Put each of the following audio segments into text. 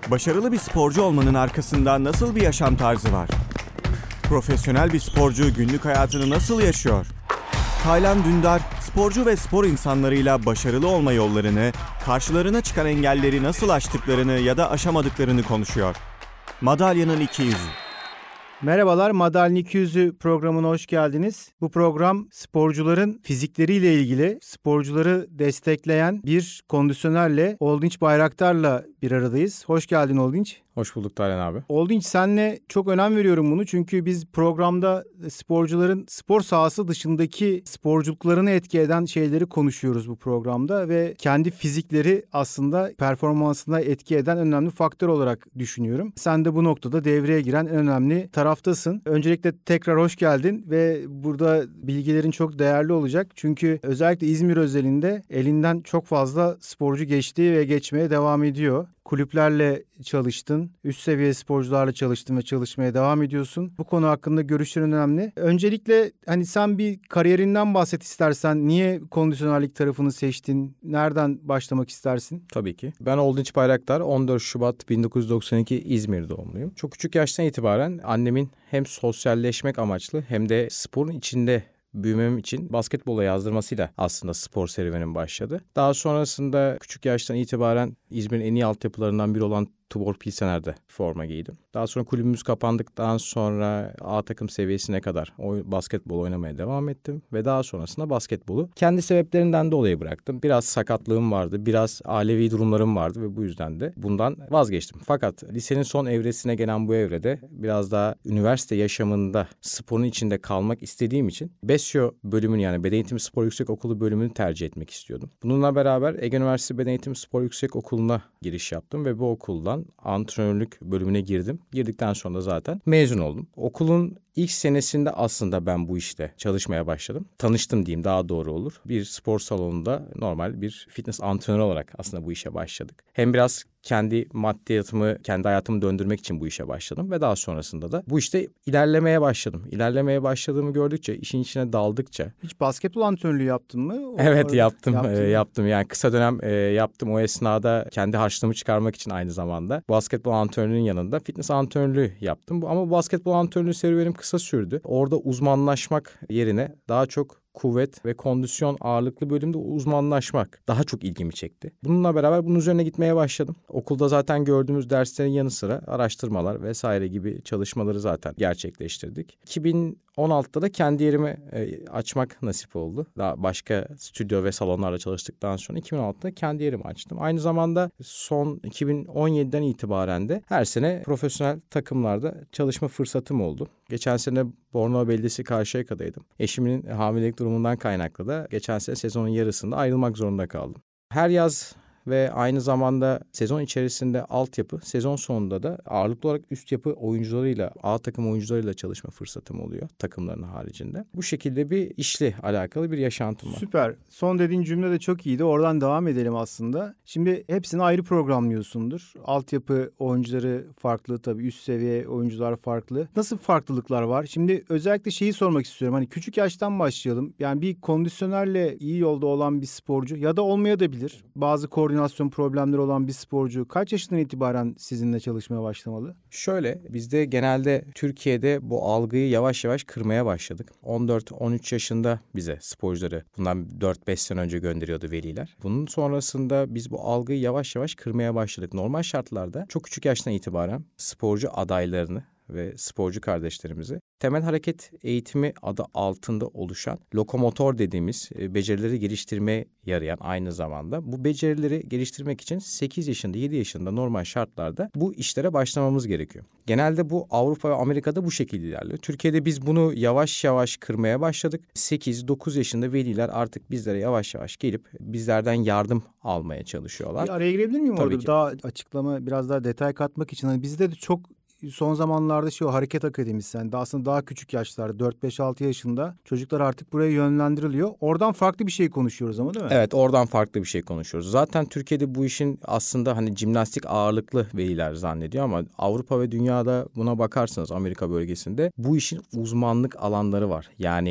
Başarılı bir sporcu olmanın arkasında nasıl bir yaşam tarzı var? Profesyonel bir sporcu günlük hayatını nasıl yaşıyor? Taylan Dündar, sporcu ve spor insanlarıyla başarılı olma yollarını, karşılarına çıkan engelleri nasıl aştıklarını ya da aşamadıklarını konuşuyor. Madalyanın 200'ü. Merhabalar, Madalyanın 200'ü programına hoş geldiniz. Bu program sporcuların fizikleriyle ilgili, sporcuları destekleyen bir kondisyonerle, Oldinç Bayraktar'la bir aradayız. Hoş geldin Oldinç. Hoş bulduk Taylan abi. Oldinç, senle çok önem veriyorum bunu. Çünkü biz programda sporcuların spor sahası dışındaki sporculuklarını etki eden şeyleri konuşuyoruz bu programda. Ve kendi fizikleri aslında performansına etki eden önemli faktör olarak düşünüyorum. Sen de bu noktada devreye giren en önemli taraftasın. Öncelikle tekrar hoş geldin ve burada bilgilerin çok değerli olacak. Çünkü özellikle İzmir özelinde elinden çok fazla sporcu geçti ve geçmeye devam ediyor. Kulüplerle çalıştın, üst seviye sporcularla çalıştın ve çalışmaya devam ediyorsun. Bu konu hakkında görüşlerin önemli. Öncelikle sen bir kariyerinden bahset istersen. Niye kondisyonerlik tarafını seçtin? Nereden başlamak istersin? Tabii ki. Ben Oldinç Bayraktar, 14 Şubat 1992 İzmir doğumluyum. Çok küçük yaştan itibaren annemin hem sosyalleşmek amaçlı hem de sporun içinde büyümem için basketbola yazdırmasıyla aslında spor serüvenim başladı. Daha sonrasında küçük yaştan itibaren İzmir'in en iyi altyapılarından biri olan Tuborg Pilsener'de forma giydim. Daha sonra kulübümüz kapandıktan sonra A takım seviyesine kadar basketbol oynamaya devam ettim. Ve daha sonrasında basketbolu kendi sebeplerinden dolayı bıraktım. Biraz sakatlığım vardı, biraz ailevi durumlarım vardı ve bu yüzden de bundan vazgeçtim. Fakat lisenin son evresine gelen bu evrede biraz daha üniversite yaşamında sporun içinde kalmak istediğim için BESYO bölümünü, yani Beden Eğitimi Spor Yüksekokulu bölümünü tercih etmek istiyordum. Bununla beraber Ege Üniversitesi Beden Eğitimi Spor Yüksekokulu'na giriş yaptım ve bu okuldan antrenörlük bölümüne girdim. Girdikten sonra da zaten mezun oldum. Okulun ilk senesinde aslında ben bu işte çalışmaya başladım. Tanıştım diyeyim, daha doğru olur. Bir spor salonunda normal bir fitness antrenörü olarak aslında bu işe başladık. Hem biraz kendi maddiyatımı, kendi hayatımı döndürmek için bu işe başladım ve daha sonrasında da bu işte ilerlemeye başladım. İlerlemeye başladığımı gördükçe, işin içine daldıkça. Hiç basketbol antrenörlüğü yaptın mı? Evet, yaptım. Yaptım. Yani kısa dönem yaptım. O esnada kendi harçlığımı çıkarmak için aynı zamanda basketbol antrenörlüğünün yanında fitness antrenörlüğü yaptım. Ama basketbol antrenörlüğü serüvenim kısa sürdü. Orada uzmanlaşmak yerine daha çok kuvvet ve kondisyon ağırlıklı bölümde uzmanlaşmak daha çok ilgimi çekti. Bununla beraber bunun üzerine gitmeye başladım. Okulda zaten gördüğümüz derslerin yanı sıra araştırmalar vesaire gibi çalışmaları zaten gerçekleştirdik. 2016'da da kendi yerimi açmak nasip oldu. Daha başka stüdyo ve salonlarla çalıştıktan sonra 2016'da kendi yerimi açtım. Aynı zamanda son 2017'den itibaren de her sene profesyonel takımlarda çalışma fırsatım oldu. Geçen sene Bornova Belediyesi Karşıyaka'daydım. Eşimin hamilelik durumundan kaynaklı da geçen sene sezonun yarısında ayrılmak zorunda kaldım. Her yaz ve aynı zamanda sezon içerisinde altyapı, sezon sonunda da ağırlıklı olarak üst yapı oyuncularıyla, A takım oyuncularıyla çalışma fırsatım oluyor takımların haricinde. Bu şekilde bir işle alakalı bir yaşantım var. Süper. Son dediğin cümle de çok iyiydi. Oradan devam edelim aslında. Şimdi hepsini ayrı programlıyorsundur. Altyapı oyuncuları farklı tabii, üst seviye oyuncular farklı. Nasıl farklılıklar var? Şimdi özellikle şeyi sormak istiyorum. Küçük yaştan başlayalım. Yani bir kondisyonerle iyi yolda olan bir sporcu ya da olmayabilir. Bazı koordinasyon problemleri olan bir sporcu kaç yaşından itibaren sizinle çalışmaya başlamalı? Şöyle, bizde genelde Türkiye'de bu algıyı yavaş yavaş kırmaya başladık. 14-13 yaşında bize sporcuları bundan 4-5 sene önce gönderiyordu veliler. Bunun sonrasında biz bu algıyı yavaş yavaş kırmaya başladık. Normal şartlarda çok küçük yaştan itibaren sporcu adaylarını ve sporcu kardeşlerimizi temel hareket eğitimi adı altında oluşan lokomotor dediğimiz becerileri geliştirmeye yarayan, aynı zamanda bu becerileri geliştirmek için 8 yaşında 7 yaşında normal şartlarda bu işlere başlamamız gerekiyor. Genelde bu Avrupa ve Amerika'da bu şekilde ilerliyor. Türkiye'de biz bunu yavaş yavaş kırmaya başladık. 8-9 yaşında veliler artık bizlere yavaş yavaş gelip bizlerden yardım almaya çalışıyorlar. Bir araya girebilir miyim Tabii orada? ki. Daha açıklama, biraz daha detay katmak için. Bizde de çok son zamanlarda hareket akademisi, yani aslında daha küçük yaşlarda 4-5-6 yaşında çocuklar artık buraya yönlendiriliyor. Oradan farklı bir şey konuşuyoruz ama, değil mi? Evet, oradan farklı bir şey konuşuyoruz. Zaten Türkiye'de bu işin aslında jimnastik ağırlıklı veliler zannediyor ama Avrupa ve dünyada buna bakarsanız Amerika bölgesinde bu işin uzmanlık alanları var. Yani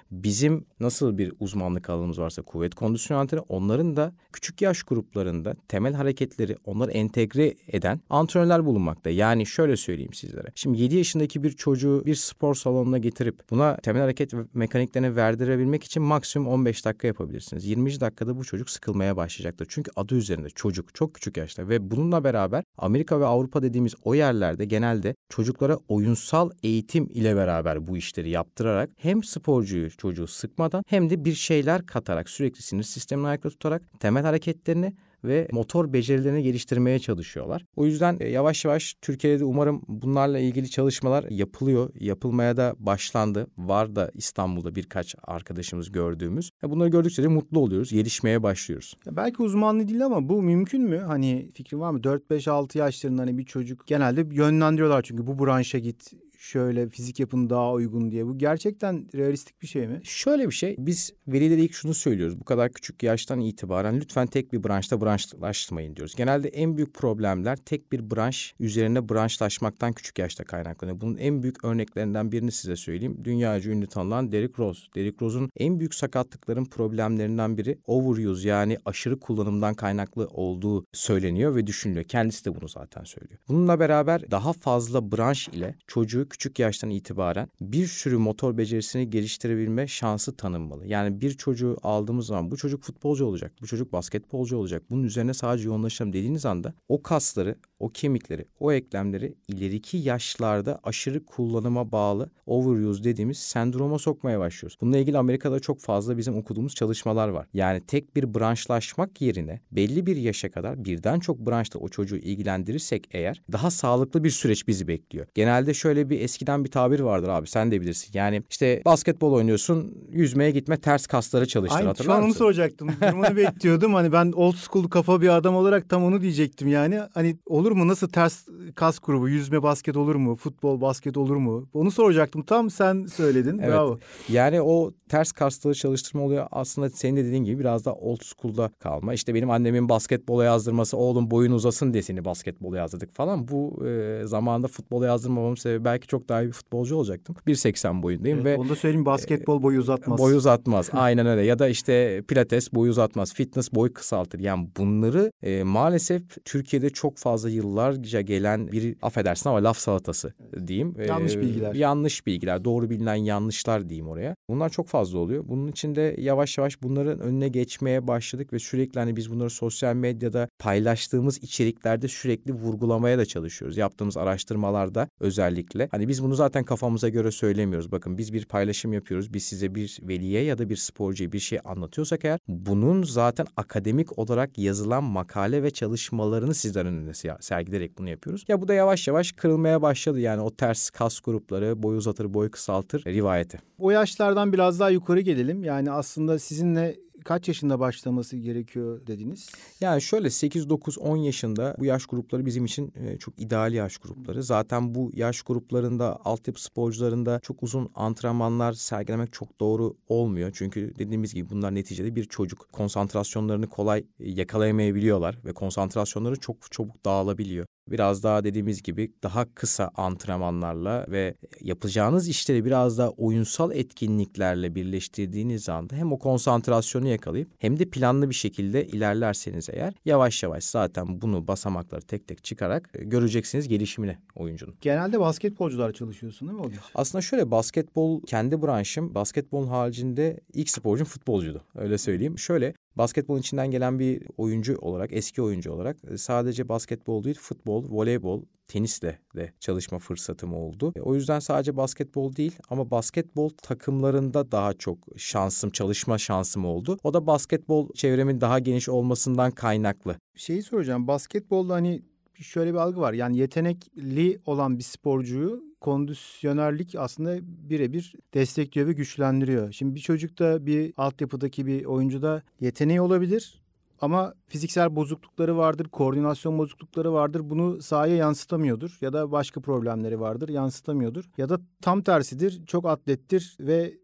bizim nasıl bir uzmanlık alanımız varsa kuvvet kondisyon antrenörü, onların da küçük yaş gruplarında temel hareketleri onları entegre eden antrenörler bulunmakta. Yani şöyle söyleyeyim sizlere. Şimdi 7 yaşındaki bir çocuğu bir spor salonuna getirip buna temel hareket mekaniklerini verdirebilmek için maksimum 15 dakika yapabilirsiniz. 20. dakikada bu çocuk sıkılmaya başlayacaktır. Çünkü adı üzerinde çocuk, çok küçük yaşta ve bununla beraber Amerika ve Avrupa dediğimiz o yerlerde genelde çocuklara oyunsal eğitim ile beraber bu işleri yaptırarak hem sporcuyu çocuğu sıkmadan hem de bir şeyler katarak sürekli sinir sistemini ayakta tutarak temel hareketlerini ve motor becerilerini geliştirmeye çalışıyorlar. O yüzden yavaş yavaş Türkiye'de de umarım bunlarla ilgili çalışmalar yapılıyor. Yapılmaya da başlandı. Var da İstanbul'da birkaç arkadaşımız gördüğümüz. Bunları gördükçe de mutlu oluyoruz. Gelişmeye başlıyoruz. Ya belki uzmanlığı değil ama bu mümkün mü? Hani fikrin var mı? 4-5-6 yaşlarında hani bir çocuk genelde yönlendiriyorlar çünkü bu branşa git. Şöyle fizik yapın daha uygun diye. Bu gerçekten realistik bir şey mi? Şöyle bir şey. Biz velilere ilk şunu söylüyoruz. Bu kadar küçük yaştan itibaren lütfen tek bir branşta branşlaşmayın diyoruz. Genelde en büyük problemler tek bir branş üzerine branşlaşmaktan küçük yaşta kaynaklanıyor. Bunun en büyük örneklerinden birini size söyleyeyim. Dünyaca ünlü tanınan Derrick Rose. Derrick Rose'un en büyük sakatlıkların problemlerinden biri overuse, yani aşırı kullanımdan kaynaklı olduğu söyleniyor ve düşünülüyor. Kendisi de bunu zaten söylüyor. Bununla beraber daha fazla branş ile çocuğu küçük yaştan itibaren bir sürü motor becerisini geliştirebilme şansı tanınmalı. Yani bir çocuğu aldığımız zaman bu çocuk futbolcu olacak, bu çocuk basketbolcu olacak. Bunun üzerine sadece yoğunlaşalım dediğiniz anda o kasları, o kemikleri, o eklemleri ileriki yaşlarda aşırı kullanıma bağlı overuse dediğimiz sendroma sokmaya başlıyoruz. Bununla ilgili Amerika'da çok fazla bizim okuduğumuz çalışmalar var. Yani tek bir branşlaşmak yerine belli bir yaşa kadar birden çok branşta o çocuğu ilgilendirirsek eğer daha sağlıklı bir süreç bizi bekliyor. Genelde şöyle bir eskiden bir tabir vardır abi, sen de bilirsin. Yani işte basketbol oynuyorsun, yüzmeye gitme, ters kasları çalıştır. Aynen, hatırlar şu an mısın? onu soracaktım. Durumunu bekliyordum. Hani ben old school kafa bir adam olarak tam onu diyecektim yani. Hani olur mu, nasıl ters kas grubu, yüzme basket olur mu, futbol basket olur mu? Onu soracaktım, tam sen söyledin. Evet. Bravo. Yani o ters kasları çalıştırma oluyor aslında senin de dediğin gibi biraz da old school'da kalma. İşte benim annemin basketbola yazdırması, oğlum boyun uzasın diye seni basketbola yazdırdık falan. Bu zamanında futbola yazdırmamamın sebebi belki çok daha iyi bir futbolcu olacaktım. 1.80 boyundayım Evet, ve onu da söyleyeyim, basketbol boyu uzatmaz. boy uzatmaz. Aynen öyle. Ya da işte pilates boy uzatmaz. Fitness boy kısaltır. Yani bunları maalesef Türkiye'de çok fazla yıllarca gelen bir, affedersin ama laf salatası diyeyim. Yanlış bilgiler. Yanlış bilgiler. Doğru bilinen yanlışlar diyeyim oraya. Bunlar çok fazla oluyor. Bunun için de yavaş yavaş bunların önüne geçmeye başladık ve sürekli hani biz bunları sosyal medyada paylaştığımız içeriklerde sürekli vurgulamaya da çalışıyoruz. Yaptığımız araştırmalarda özellikle. Hani biz bunu zaten kafamıza göre söylemiyoruz. Bakın biz bir paylaşım yapıyoruz. Biz size bir veliye ya da bir sporcuya bir şey anlatıyorsak eğer, bunun zaten akademik olarak yazılan makale ve çalışmalarını sizlerin önünde sergileyerek bunu yapıyoruz. Ya bu da yavaş yavaş kırılmaya başladı. Yani o ters kas grupları, boy uzatır, boy kısaltır rivayeti. O yaşlardan biraz daha yukarı gelelim. Yani aslında sizinle kaç yaşında başlaması gerekiyor dediniz? Yani şöyle 8, 9, 10 yaşında bu yaş grupları bizim için çok ideal yaş grupları. Zaten bu yaş gruplarında altyapı sporcularında çok uzun antrenmanlar sergilemek çok doğru olmuyor. Çünkü dediğimiz gibi bunlar neticede bir çocuk. Konsantrasyonlarını kolay yakalayamayabiliyorlar ve konsantrasyonları çok çabuk dağılabiliyor. Biraz daha dediğimiz gibi daha kısa antrenmanlarla ve yapacağınız işleri biraz daha oyunsal etkinliklerle birleştirdiğiniz anda hem o konsantrasyonu yakalayıp hem de planlı bir şekilde ilerlerseniz eğer yavaş yavaş zaten bunu basamakları tek tek çıkarak göreceksiniz gelişimini oyuncunun. Genelde basketbolcular çalışıyorsun değil mi o gün? Aslında şöyle, basketbol kendi branşım. Basketbolun haricinde ilk sporcum futbolcuydu. Öyle söyleyeyim. Şöyle, basketbolun içinden gelen bir oyuncu olarak, eski oyuncu olarak sadece basketbol değil, futbol, voleybol, tenisle de çalışma fırsatım oldu. O yüzden sadece basketbol değil ama basketbol takımlarında daha çok çalışma şansım oldu. O da basketbol çevremin daha geniş olmasından kaynaklı. Şeyi soracağım, basketbolda hani şöyle bir algı var. Yani yetenekli olan bir sporcuyu kondisyonerlik aslında birebir destekliyor ve güçlendiriyor. Şimdi bir çocukta, bir altyapıdaki bir oyuncuda yeteneği olabilir ama fiziksel bozuklukları vardır, koordinasyon bozuklukları vardır. Bunu sahaya yansıtamıyordur ya da başka problemleri vardır, yansıtamıyordur. Ya da tam tersidir, çok atlettir ve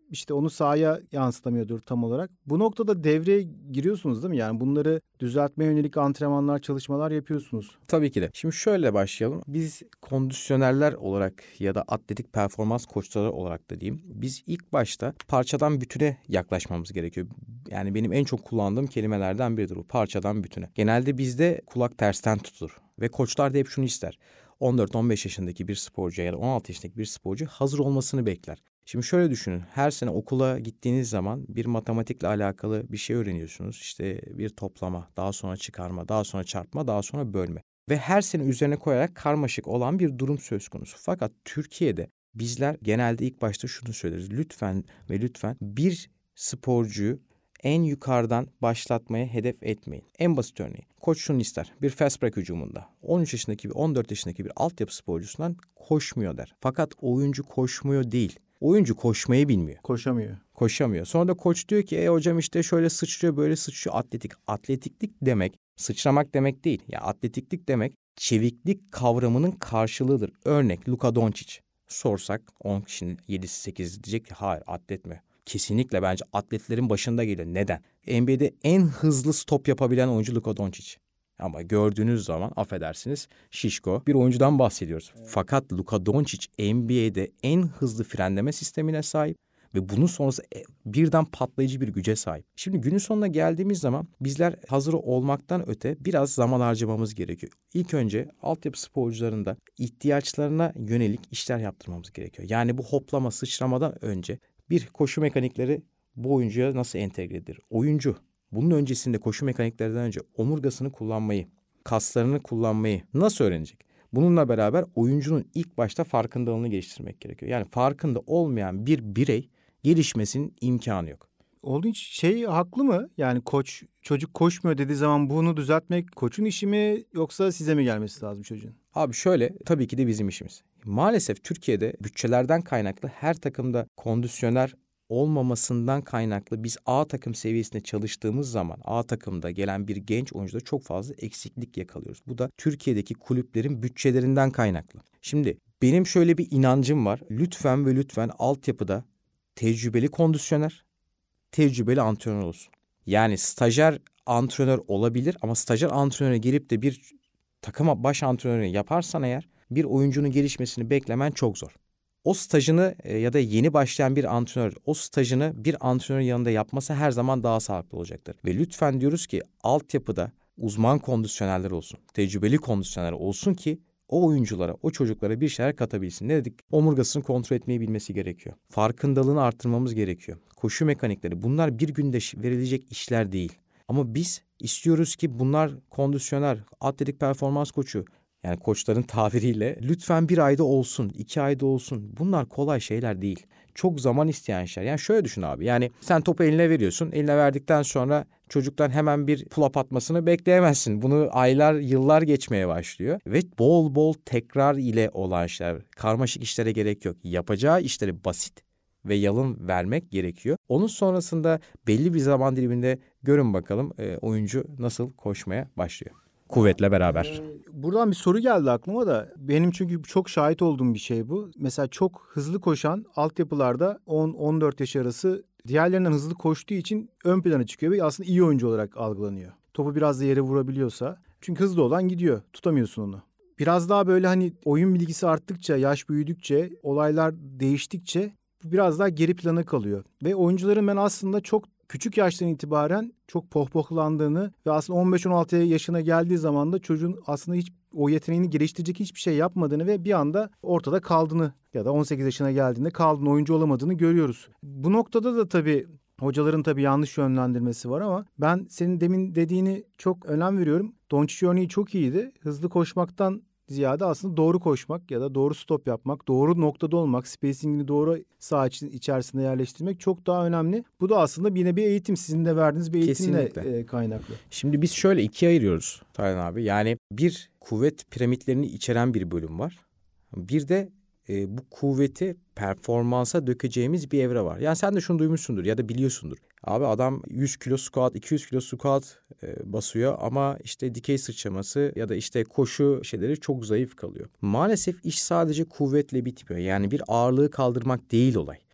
işte onu sahaya yansıtamıyordur tam olarak. Bu noktada devreye giriyorsunuz değil mi? Yani bunları düzeltmeye yönelik antrenmanlar, çalışmalar yapıyorsunuz. Tabii ki de. Şimdi şöyle başlayalım. Biz kondisyonerler olarak ya da atletik performans koçları olarak da diyeyim. Biz ilk başta parçadan bütüne yaklaşmamız gerekiyor. Yani benim en çok kullandığım kelimelerden biridir bu. Parçadan bütüne. Genelde bizde kulak tersten tutulur. Ve koçlar da hep şunu ister. 14-15 yaşındaki bir sporcu ya da 16 yaşındaki bir sporcu hazır olmasını bekler. Şimdi şöyle düşünün. Her sene okula gittiğiniz zaman bir matematikle alakalı bir şey öğreniyorsunuz. İşte bir toplama, daha sonra çıkarma, daha sonra çarpma, daha sonra bölme. Ve her sene üzerine koyarak karmaşık olan bir durum söz konusu. Fakat Türkiye'de bizler genelde ilk başta şunu söyleriz. Lütfen ve lütfen bir sporcuyu en yukarıdan başlatmaya hedef etmeyin. En basit örneği. Koç şunu ister. Bir fast break hücumunda 13 yaşındaki bir 14 yaşındaki bir altyapı sporcusundan koşmuyor der. Fakat oyuncu koşmuyor değil. Oyuncu koşmayı bilmiyor. Koşamıyor. Sonra da koç diyor ki hocam işte şöyle sıçrıyor böyle sıçrıyor. Atletiklik demek sıçramak demek değil. Ya atletiklik demek çeviklik kavramının karşılığıdır. Örnek Luka Doncic. Sorsak 10 kişinin 7'si 8'i diyecek ki hayır atlet mi? Kesinlikle bence atletlerin başında geliyor. Neden? NBA'de en hızlı stop yapabilen oyuncu Luka Doncic. Ama gördüğünüz zaman affedersiniz şişko bir oyuncudan bahsediyoruz. Evet. Fakat Luka Doncic NBA'de en hızlı frenleme sistemine sahip ve bunun sonrası birden patlayıcı bir güce sahip. Şimdi günün sonuna geldiğimiz zaman bizler hazır olmaktan öte biraz zaman harcamamız gerekiyor. İlk önce altyapı sporcularında ihtiyaçlarına yönelik işler yaptırmamız gerekiyor. Yani bu hoplama sıçramadan önce bir koşu mekanikleri bu oyuncuya nasıl entegre edilir? Oyuncu bunun öncesinde koşu mekaniklerinden önce omurgasını kullanmayı, kaslarını kullanmayı nasıl öğrenecek? Bununla beraber oyuncunun ilk başta farkındalığını geliştirmek gerekiyor. Yani farkında olmayan bir birey gelişmesinin imkanı yok. Olunç haklı mı? Yani çocuk koşmuyor dediği zaman bunu düzeltmek koçun işi mi yoksa size mi gelmesi lazım çocuğun? Abi şöyle tabii ki de bizim işimiz. Maalesef Türkiye'de bütçelerden kaynaklı her takımda kondisyoner olmamasından kaynaklı biz A takım seviyesinde çalıştığımız zaman A takımda gelen bir genç oyuncuda çok fazla eksiklik yakalıyoruz. Bu da Türkiye'deki kulüplerin bütçelerinden kaynaklı. Şimdi benim şöyle bir inancım var. Lütfen ve lütfen altyapıda tecrübeli kondisyoner, tecrübeli antrenör olsun. Yani stajyer antrenör olabilir ama stajyer antrenöre gelip de bir takıma baş antrenörü yaparsan eğer bir oyuncunun gelişmesini beklemen çok zor. O stajını ya da yeni başlayan bir antrenör o stajını bir antrenörün yanında yapması her zaman daha sağlıklı olacaktır. Ve lütfen diyoruz ki altyapıda uzman kondisyonerler olsun, tecrübeli kondisyonerler olsun ki o oyunculara, o çocuklara bir şeyler katabilsin. Ne dedik? Omurgasını kontrol etmeyi bilmesi gerekiyor. Farkındalığını arttırmamız gerekiyor. Koşu mekanikleri bunlar bir günde verilecek işler değil. Ama biz istiyoruz ki bunlar kondisyoner, atletik performans koçu yani koçların tabiriyle lütfen 1 ayda olsun, 2 ayda olsun. Bunlar kolay şeyler değil. Çok zaman isteyen şeyler. Yani şöyle düşün abi. Yani sen topu eline veriyorsun. Eline verdikten sonra çocuktan hemen bir pull-up atmasını bekleyemezsin. Bunu aylar, yıllar geçmeye başlıyor. Ve bol bol tekrar ile olan işler. Karmaşık işlere gerek yok. Yapacağı işleri basit ve yalın vermek gerekiyor. Onun sonrasında belli bir zaman diliminde görün bakalım oyuncu nasıl koşmaya başlıyor. Kuvvetle beraber. Buradan bir soru geldi aklıma da. Benim çünkü çok şahit olduğum bir şey bu. Mesela çok hızlı koşan altyapılarda 10-14 yaş arası diğerlerinden hızlı koştuğu için ön plana çıkıyor ve aslında iyi oyuncu olarak algılanıyor. Topu biraz da yere vurabiliyorsa. Çünkü hızlı olan gidiyor. Tutamıyorsun onu. Biraz daha böyle hani oyun bilgisi arttıkça, yaş büyüdükçe, olaylar değiştikçe biraz daha geri plana kalıyor. Ve oyuncuların ben aslında çok küçük yaştan itibaren çok pohpohlandığını ve aslında 15-16 yaşına geldiği zaman da çocuğun aslında hiç o yeteneğini geliştirecek hiçbir şey yapmadığını ve bir anda ortada kaldığını ya da 18 yaşına geldiğinde kaldığını, oyuncu olamadığını görüyoruz. Bu noktada da tabii hocaların tabii yanlış yönlendirmesi var ama ben senin demin dediğini çok önem veriyorum. Doncic örneği çok iyiydi. Hızlı koşmaktan ziyade aslında doğru koşmak ya da doğru stop yapmak, doğru noktada olmak, spacing'ini doğru saha içerisinde yerleştirmek çok daha önemli. Bu da aslında yine bir eğitim. Sizin de verdiğiniz bir eğitimle kaynaklı. Şimdi biz şöyle ikiye ayırıyoruz Taylan abi. Yani bir kuvvet piramitlerini içeren bir bölüm var. Bir de bu kuvveti performansa dökeceğimiz bir evre var. Yani sen de şunu duymuşsundur ya da biliyorsundur. Abi adam 100 kilo squat, 200 kilo squat basıyor ama işte dikey sıçraması ya da işte koşu şeyleri çok zayıf kalıyor. Maalesef iş sadece kuvvetle bitmiyor. Yani bir ağırlığı kaldırmak değil olay.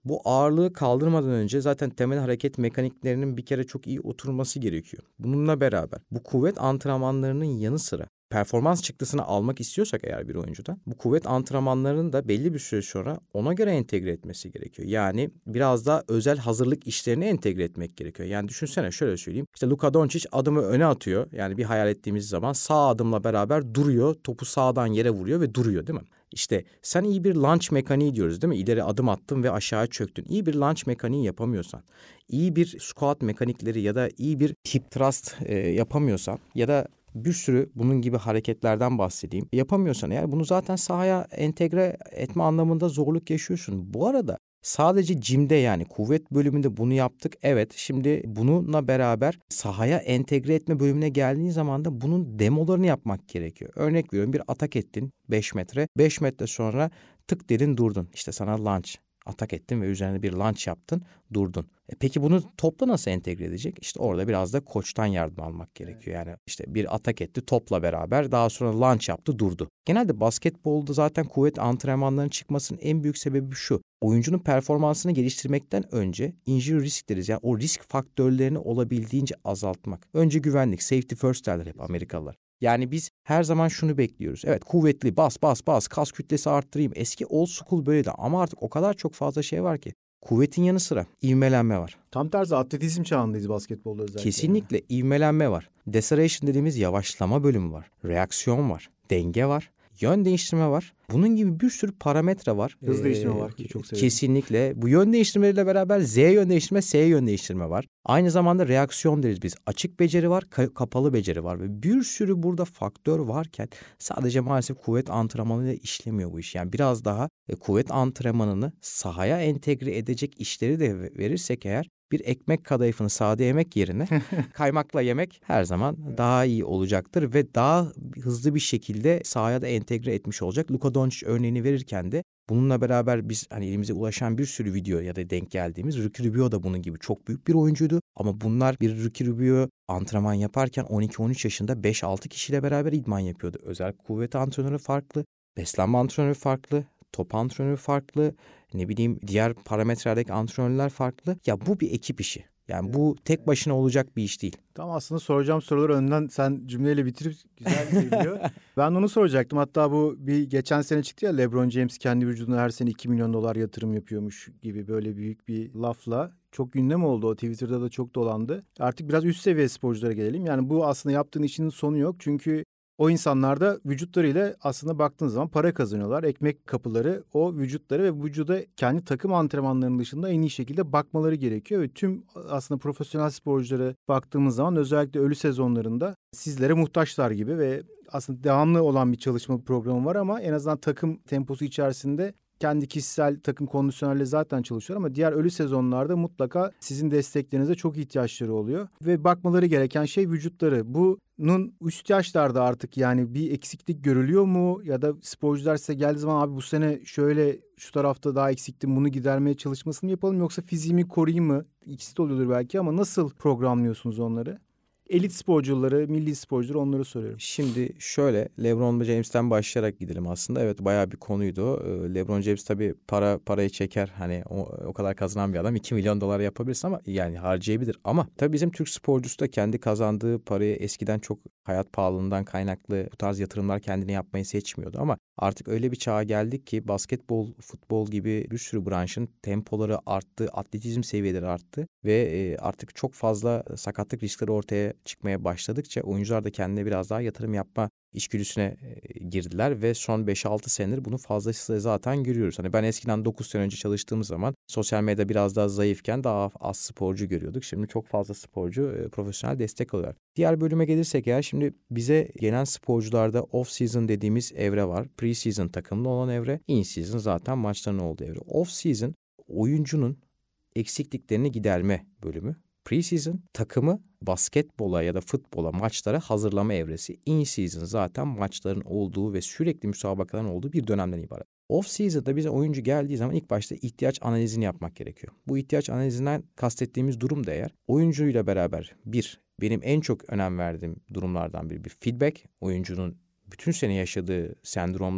Bu ağırlığı kaldırmadan önce zaten temel hareket mekaniklerinin bir kere çok iyi oturması gerekiyor. Bununla beraber bu kuvvet antrenmanlarının yanı sıra performans çıktısını almak istiyorsak eğer bir oyuncudan, bu kuvvet antrenmanlarını da belli bir süre sonra ona göre entegre etmesi gerekiyor. Yani biraz daha özel hazırlık işlerini entegre etmek gerekiyor. Yani düşünsene, şöyle söyleyeyim. İşte Luka Doncic adımı öne atıyor. Yani bir hayal ettiğimiz zaman sağ adımla beraber duruyor. Topu sağdan yere vuruyor ve duruyor, değil mi? İşte sen iyi bir launch mekaniği diyoruz, değil mi? İleri adım attın ve aşağı çöktün. İyi bir launch mekaniği yapamıyorsan, iyi bir squat mekanikleri ya da iyi bir hip thrust yapamıyorsan ya da bir sürü bunun gibi hareketlerden bahsedeyim. Yapamıyorsan eğer bunu zaten sahaya entegre etme anlamında zorluk yaşıyorsun. Bu arada sadece jimde, yani kuvvet bölümünde bunu yaptık. Evet, şimdi bununla beraber sahaya entegre etme bölümüne geldiğin zaman da bunun demolarını yapmak gerekiyor. Örnek veriyorum, bir atak ettin 5 metre. 5 metre sonra tık dedin, durdun. İşte sana launch. Atak ettin ve üzerine bir launch yaptın, durdun. Peki bunu topla nasıl entegre edecek? İşte orada biraz da koçtan yardım almak gerekiyor. Yani işte bir atak etti topla beraber, daha sonra launch yaptı, durdu. Genelde basketbolda zaten kuvvet antrenmanlarının çıkmasının en büyük sebebi şu: oyuncunun performansını geliştirmekten önce injury risk deriz. Yani o risk faktörlerini olabildiğince azaltmak. Önce güvenlik, safety first derler hep Amerikalılar. Yani biz her zaman şunu bekliyoruz. Evet, kuvvetli, bas, kas kütlesi arttırayım. Eski old school böyleydi ama artık o kadar çok fazla şey var ki. Kuvvetin yanı sıra ivmelenme var. Tam tersi atletizm çağındayız basketbolda özellikle. Kesinlikle ivmelenme var. Deceleration dediğimiz yavaşlama bölümü var. Reaksiyon var. Denge var. Yön değiştirme var. Bunun gibi bir sürü parametre var. Hız değiştirme var ki çok severim. Kesinlikle. Bu yön değiştirmeleriyle beraber Z yön değiştirme, S yön değiştirme var. Aynı zamanda reaksiyon deriz biz. Açık beceri var, kapalı beceri var. Ve bir sürü burada faktör varken sadece maalesef kuvvet antrenmanıyla işlemiyor bu iş. Yani biraz daha kuvvet antrenmanını sahaya entegre edecek işleri de verirsek eğer, bir ekmek kadayıfını sade yemek yerine kaymakla yemek her zaman daha iyi olacaktır ve daha hızlı bir şekilde sahaya da entegre etmiş olacak. Luka Doncic örneğini verirken de bununla beraber biz hani elimize ulaşan bir sürü video ya da denk geldiğimiz Ricky Rubio da bunun gibi çok büyük bir oyuncuydu. Ama bunlar, bir Ricky Rubio antrenman yaparken 12-13 yaşında 5-6 kişiyle beraber idman yapıyordu. Özel kuvvet antrenörü farklı, beslenme antrenörü farklı, top antrenörü farklı, ne bileyim diğer parametrelerdeki antrenörler farklı. Ya bu bir ekip işi. Yani bu tek başına olacak bir iş değil. Tam aslında soracağım soruları önden sen cümleyle bitirip güzel geliyor. Ben onu soracaktım. Hatta bu bir geçen sene çıktı ya, LeBron James kendi vücuduna her sene $2 milyon yatırım yapıyormuş gibi böyle büyük bir lafla. Çok gündem oldu o, Twitter'da da çok dolandı. Artık biraz üst seviye sporculara gelelim. Yani bu aslında yaptığın işin sonu yok. Çünkü o insanlar da vücutlarıyla aslında baktığınız zaman para kazanıyorlar. Ekmek kapıları o vücutları ve vücuda kendi takım antrenmanlarının dışında en iyi şekilde bakmaları gerekiyor. Ve tüm aslında profesyonel sporculara baktığımız zaman özellikle ölü sezonlarında sizlere muhtaçlar gibi ve aslında devamlı olan bir çalışma programı var ama en azından takım temposu içerisinde kendi kişisel takım kondisyonerle zaten çalışıyor ama diğer ölü sezonlarda mutlaka sizin desteklerinize çok ihtiyaçları oluyor. Ve bakmaları gereken şey vücutları. Bunun üst yaşlarda artık yani bir eksiklik görülüyor mu? Ya da sporcular size geldiği zaman abi bu sene şöyle şu tarafta daha eksiktim, bunu gidermeye çalışmasını yapalım, yoksa fiziğimi koruyayım mı? İkisi de oluyordur belki ama nasıl programlıyorsunuz onları? Elit sporcuları, milli sporcuları, onları soruyorum. Şimdi şöyle, LeBron James'ten başlayarak gidelim aslında. Evet, bayağı bir konuydu o. LeBron James tabii parayı çeker. Hani o kadar kazanan bir adam $2 milyon yapabilirse ama yani harcayabilir. Ama tabii bizim Türk sporcusu da kendi kazandığı parayı eskiden çok hayat pahalılığından kaynaklı bu tarz yatırımlar kendine yapmayı seçmiyordu. Ama artık öyle bir çağa geldik ki basketbol, futbol gibi bir sürü branşın tempoları arttı, atletizm seviyeleri arttı ve artık çok fazla sakatlık riskleri ortaya çıkmaya başladıkça oyuncular da kendine biraz daha yatırım yapma içgüdüsüne girdiler ve son 5-6 senedir bunu fazlasıyla zaten görüyoruz. Hani ben eskiden 9 sene önce çalıştığımız zaman sosyal medyada biraz daha zayıfken daha az sporcu görüyorduk. Şimdi çok fazla sporcu profesyonel destek alıyor. Diğer bölüme gelirsek eğer, şimdi bize gelen sporcularda off-season dediğimiz evre var. Pre-season takımlı olan evre, in-season zaten maçların olduğu evre. Off-season oyuncunun eksikliklerini giderme bölümü. Pre-season takımı basketbola ya da futbola, maçlara hazırlama evresi. In-season zaten maçların olduğu ve sürekli müsabakaların olduğu bir dönemden ibaret. Off-season'da bize oyuncu geldiği zaman ilk başta ihtiyaç analizini yapmak gerekiyor. Bu ihtiyaç analizinden kastettiğimiz durum da eğer oyuncuyla beraber benim en çok önem verdiğim durumlardan biri bir feedback. Oyuncunun bütün sene yaşadığı sendromlar,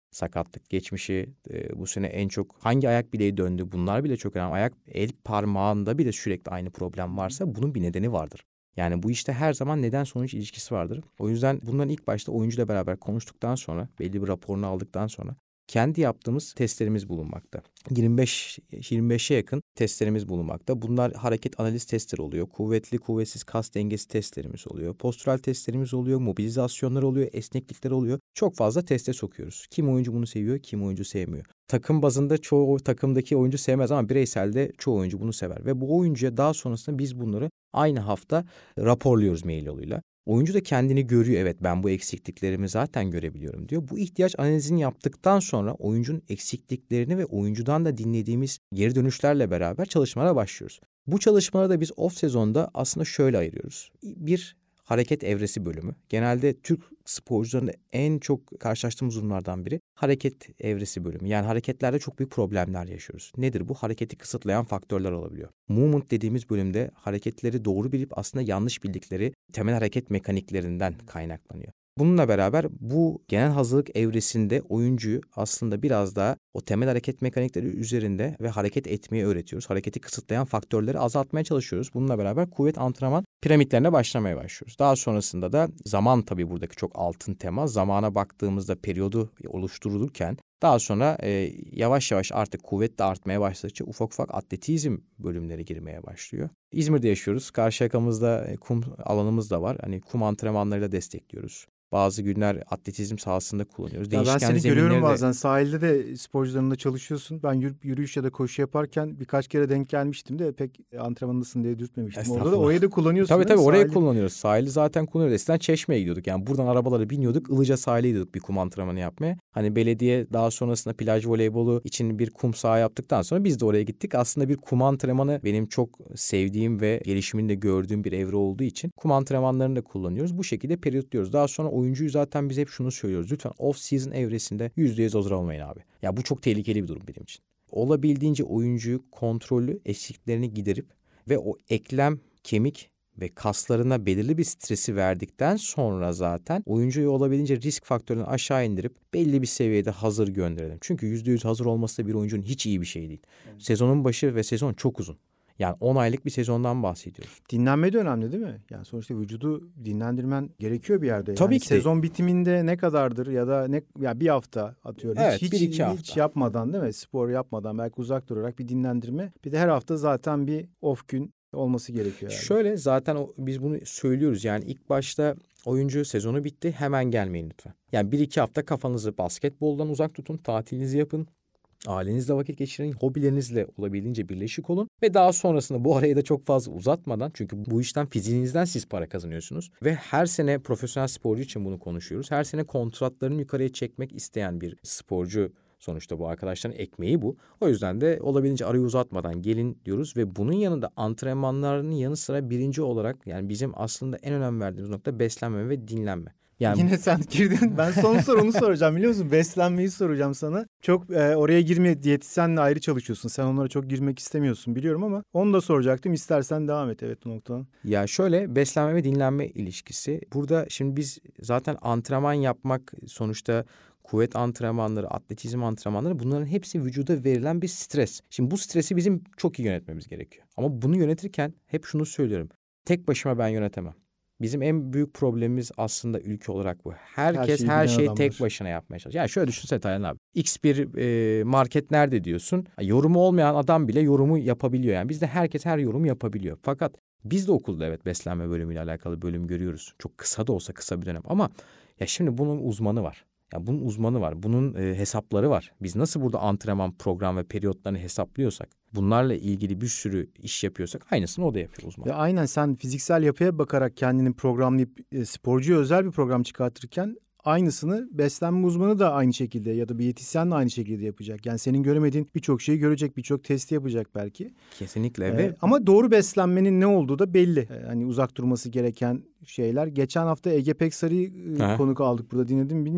sakatlık geçmişi, bu sene en çok hangi ayak bileği döndü, bunlar bile çok önemli. Ayak el parmağında bile sürekli aynı problem varsa bunun bir nedeni vardır. Yani bu işte her zaman neden sonuç ilişkisi vardır. O yüzden bunların ilk başta oyuncuyla beraber konuştuktan sonra, belli bir raporunu aldıktan sonra kendi yaptığımız testlerimiz bulunmakta. 25'e yakın testlerimiz bulunmakta. Bunlar hareket analiz testleri oluyor. Kuvvetli kuvvetsiz kas dengesi testlerimiz oluyor. Postural testlerimiz oluyor. Mobilizasyonlar oluyor. Esneklikler oluyor. Çok fazla teste sokuyoruz. Kim oyuncu bunu seviyor, kim oyuncu sevmiyor. Takım bazında çoğu takımdaki oyuncu sevmez ama bireyselde çoğu oyuncu bunu sever. Ve bu oyuncuya daha sonrasında biz bunları aynı hafta raporluyoruz mail yoluyla. Oyuncu da kendini görüyor. Evet, ben bu eksikliklerimi zaten görebiliyorum diyor. Bu ihtiyaç analizini yaptıktan sonra oyuncunun eksikliklerini ve oyuncudan da dinlediğimiz geri dönüşlerle beraber çalışmalara başlıyoruz. Bu çalışmaları da biz off sezonda aslında şöyle ayırıyoruz. Bir, hareket evresi bölümü. Genelde Türk sporcularında en çok karşılaştığımız durumlardan biri hareket evresi bölümü. Yani hareketlerde çok büyük problemler yaşıyoruz. Nedir bu? Hareketi kısıtlayan faktörler olabiliyor. Movement dediğimiz bölümde hareketleri doğru bilip aslında yanlış bildikleri temel hareket mekaniklerinden kaynaklanıyor. Bununla beraber bu genel hazırlık evresinde oyuncuyu aslında biraz daha o temel hareket mekanikleri üzerinde ve hareket etmeyi öğretiyoruz. Hareketi kısıtlayan faktörleri azaltmaya çalışıyoruz. Bununla beraber kuvvet antrenman piramitlerine başlamaya başlıyoruz. Daha sonrasında da zaman, tabii buradaki çok altın tema. Zamana baktığımızda periyodu oluşturulurken daha sonra yavaş yavaş artık kuvvet de artmaya başladıkça ufak ufak atletizm bölümleri girmeye başlıyor. İzmir'de yaşıyoruz. Karşıyaka'mızda kum alanımız da var. Hani kum antrenmanlarıyla destekliyoruz. Bazı günler atletizm sahasında kullanıyoruz. Ya ben seni görüyorum bazen sahilde de sporcularınla çalışıyorsun. Ben yürüyüş ya da koşu yaparken birkaç kere denk gelmiştim de pek antrenmanlısın diye dürtmemiştim. Orada da orayı da kullanıyorsun. Tabii orayı kullanıyoruz. Sahili zaten kullanıyoruz. Eskiden Çeşme'ye gidiyorduk. Yani buradan arabalara biniyorduk. Ilıca sahile gidiyorduk bir kum antrenmanı yapmaya. Hani belediye daha sonrasında plaj voleybolu için bir kum saha yaptıktan sonra biz de oraya gittik. Aslında bir kum antrenmanı benim çok sevdiğim ve gelişimini de gördüğüm bir evre olduğu için kum antrenmanlarını da kullanıyoruz. Bu şekilde periyotluyoruz. Daha sonra oyuncuyu zaten biz hep şunu söylüyoruz. Lütfen off-season evresinde %100 hazır olmayın abi. Ya bu çok tehlikeli bir durum benim için. Olabildiğince oyuncuyu kontrollü eksiklerini giderip ve o eklem, kemik ve kaslarına belirli bir stresi verdikten sonra zaten oyuncuyu olabildiğince risk faktörünü aşağı indirip belli bir seviyede hazır gönderelim. Çünkü %100 hazır olması da bir oyuncunun hiç iyi bir şey değil. Evet. Sezonun başı ve sezon çok uzun. Yani 10 aylık bir sezondan bahsediyoruz. Dinlenme de önemli değil mi? Yani sonuçta vücudu dinlendirmen gerekiyor bir yerde. Tabii yani ki sezon bitiminde ne kadardır ya da ya bir hafta atıyorum. Evet, hiç yapmadan değil mi? Spor yapmadan belki uzak durarak bir dinlendirme. Bir de her hafta zaten bir off gün olması gerekiyor. Yani. Şöyle zaten biz bunu söylüyoruz. Yani ilk başta oyuncu sezonu bitti, hemen gelmeyin lütfen. Yani 1-2 hafta kafanızı basketboldan uzak tutun, tatilinizi yapın. Ailenizle vakit geçirin, hobilerinizle olabildiğince birleşik olun ve daha sonrasında bu arayı da çok fazla uzatmadan, çünkü bu işten fiziğinizden siz para kazanıyorsunuz ve her sene profesyonel sporcu için bunu konuşuyoruz. Her sene kontratlarını yukarıya çekmek isteyen bir sporcu sonuçta bu arkadaşların ekmeği bu. O yüzden de olabildiğince arayı uzatmadan gelin diyoruz ve bunun yanında antrenmanlarının yanı sıra birinci olarak yani bizim aslında en önem verdiğimiz nokta beslenme ve dinlenme. Yani... Yine sen girdin. Ben son sorunu soracağım biliyor musun? Beslenmeyi soracağım sana. Çok oraya girmeye, diyetisyenle ayrı çalışıyorsun. Sen onlara çok girmek istemiyorsun biliyorum ama onu da soracaktım. İstersen devam et bu noktadan. Ya şöyle, beslenme ve dinlenme ilişkisi. Burada şimdi biz zaten antrenman yapmak sonuçta kuvvet antrenmanları, atletizm antrenmanları, bunların hepsi vücuda verilen bir stres. Şimdi bu stresi bizim çok iyi yönetmemiz gerekiyor. Ama bunu yönetirken hep şunu söylüyorum. Tek başıma ben yönetemem. Bizim en büyük problemimiz aslında ülke olarak bu. Herkes her şeyi tek başına yapmaya çalışıyor. Yani şöyle düşünsene Taylan abi. X bir market nerede diyorsun? Yorumu olmayan adam bile yorumu yapabiliyor. Yani bizde herkes her yorumu yapabiliyor. Fakat biz de okulda evet beslenme bölümüyle alakalı bölüm görüyoruz. Çok kısa da olsa kısa bir dönem ama ya şimdi bunun uzmanı var. Ya bunun uzmanı var. Bunun hesapları var. Biz nasıl burada antrenman, program ve periyotlarını hesaplıyorsak, bunlarla ilgili bir sürü iş yapıyorsak aynısını o da yapıyor uzman. Ya aynen, sen fiziksel yapıya bakarak kendini programlayıp sporcuya özel bir program çıkartırken aynısını beslenme uzmanı da aynı şekilde ya da bir diyetisyen de aynı şekilde yapacak. Yani senin göremediğin birçok şeyi görecek, birçok testi yapacak belki. Kesinlikle. Ama doğru beslenmenin ne olduğu da belli. Hani uzak durması gereken şeyler. Geçen hafta Ege Peksarı'yı konuk aldık burada, dinledim bilmiyorum.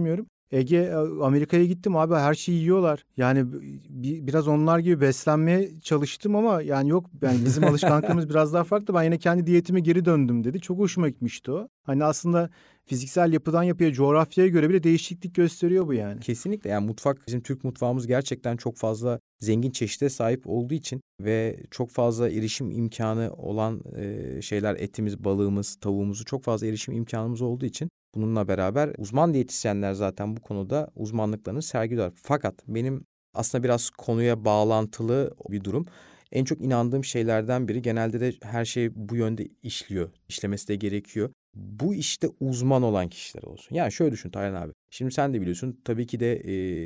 Ege, Amerika'ya gittim abi, her şeyi yiyorlar. Yani biraz onlar gibi beslenmeye çalıştım ama yani yok, yani bizim alışkanlıklarımız biraz daha farklı. Ben yine kendi diyetime geri döndüm dedi. Çok hoşuma gitmişti o. Hani aslında fiziksel yapıdan yapıya, coğrafyaya göre bile değişiklik gösteriyor bu yani. Kesinlikle, yani mutfak, bizim Türk mutfağımız gerçekten çok fazla zengin çeşide sahip olduğu için ve çok fazla erişim imkanı olan şeyler, etimiz, balığımız, tavuğumuzu çok fazla erişim imkanımız olduğu için bununla beraber uzman diyetisyenler zaten bu konuda uzmanlıklarını sergiliyorlar. Fakat benim aslında biraz konuya bağlantılı bir durum. En çok inandığım şeylerden biri, genelde de her şey bu yönde işliyor, işlemesi de gerekiyor. Bu işte uzman olan kişiler olsun. Yani şöyle düşün Taylan abi. Şimdi sen de biliyorsun tabii ki de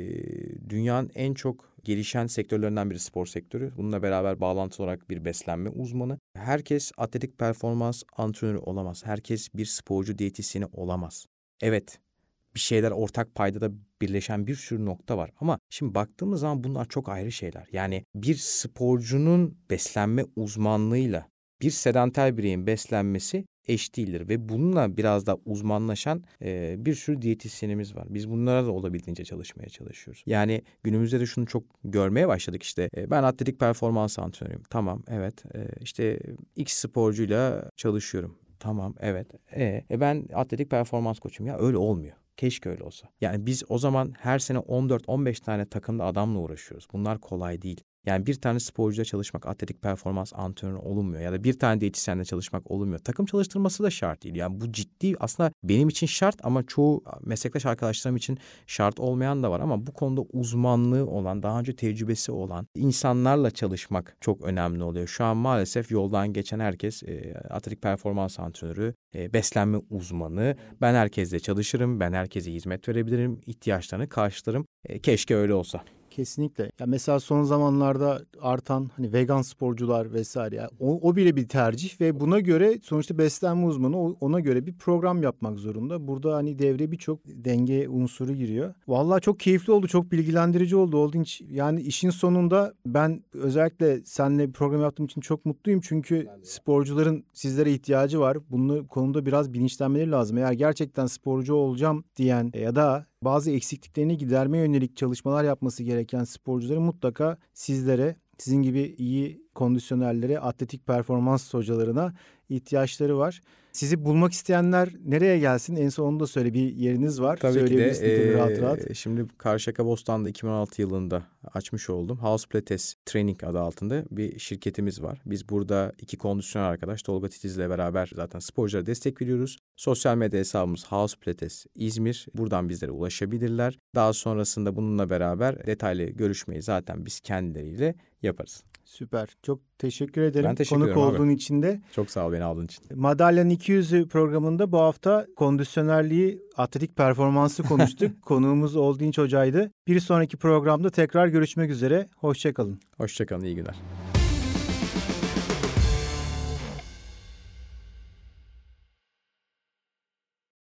dünyanın en çok gelişen sektörlerinden biri spor sektörü. Bununla beraber bağlantılı olarak bir beslenme uzmanı. Herkes atletik performans antrenörü olamaz. Herkes bir sporcu diyetisyeni olamaz. Evet, bir şeyler ortak paydada birleşen bir sürü nokta var. Ama şimdi baktığımız zaman bunlar çok ayrı şeyler. Yani bir sporcunun beslenme uzmanlığıyla bir sedanter bireyin beslenmesi eş değildir. Ve bununla biraz da uzmanlaşan bir sürü diyetisyenimiz var. Biz bunlara da olabildiğince çalışmaya çalışıyoruz. Yani günümüzde de şunu çok görmeye başladık işte. Ben atletik performans antrenörüyüm. Tamam, evet. İşte X sporcuyla çalışıyorum. Tamam, evet. Ben atletik performans koçuyum. Ya öyle olmuyor. Keşke öyle olsa. Yani biz o zaman her sene 14-15 tane takımda adamla uğraşıyoruz. Bunlar kolay değil. Yani bir tane sporcuyla çalışmak, atletik performans antrenörü olunmuyor. Ya da bir tane diyetisyenle çalışmak olunmuyor. Takım çalıştırması da şart değil. Yani bu ciddi, aslında benim için şart ama çoğu meslektaş arkadaşlarım için şart olmayan da var. Ama bu konuda uzmanlığı olan, daha önce tecrübesi olan insanlarla çalışmak çok önemli oluyor. Şu an maalesef yoldan geçen herkes atletik performans antrenörü, beslenme uzmanı. Ben herkesle çalışırım, ben herkese hizmet verebilirim, ihtiyaçlarını karşılarım. Keşke öyle olsa. Kesinlikle. Ya mesela son zamanlarda artan hani vegan sporcular vesaire, ya o bile bir tercih ve buna göre sonuçta beslenme uzmanı ona göre bir program yapmak zorunda. Burada hani devreye birçok denge unsuru giriyor. Vallahi çok keyifli oldu, çok bilgilendirici oldu. Oldunç. Yani işin sonunda ben özellikle seninle bir program yaptığım için çok mutluyum. Çünkü sporcuların sizlere ihtiyacı var. Bunun konuda biraz bilinçlenmeleri lazım. Eğer gerçekten sporcu olacağım diyen ya da bazı eksikliklerini gidermeye yönelik çalışmalar yapması gereken sporcuların mutlaka sizlere, sizin gibi iyi kondisyonerlere, atletik performans hocalarına ihtiyaçları var. Sizi bulmak isteyenler nereye gelsin? En son onu da söyle, bir yeriniz var. Tabii ki de rahat rahat. şimdi Karşıyaka Bostan'da 2016 yılında açmış olduğum House Pilates Training adı altında bir şirketimiz var. Biz burada 2 kondisyoner arkadaş Tolga Titiz'le beraber zaten sporculara destek veriyoruz. Sosyal medya hesabımız House Pilates İzmir. Buradan bizlere ulaşabilirler. Daha sonrasında bununla beraber detaylı görüşmeyi zaten biz kendileriyle yaparız. Süper. Çok teşekkür ederim. Ben teşekkür ederim Konuk abi. olduğun için de. Çok sağ ol beni aldığın için. Madalya'nın 200'ü programında bu hafta kondisyonerliği, atletik performansı konuştuk. Konuğumuz Oldinç Hoca'ydı. Bir sonraki programda tekrar görüşmek üzere. Hoşça kalın. Hoşça kalın, iyi günler.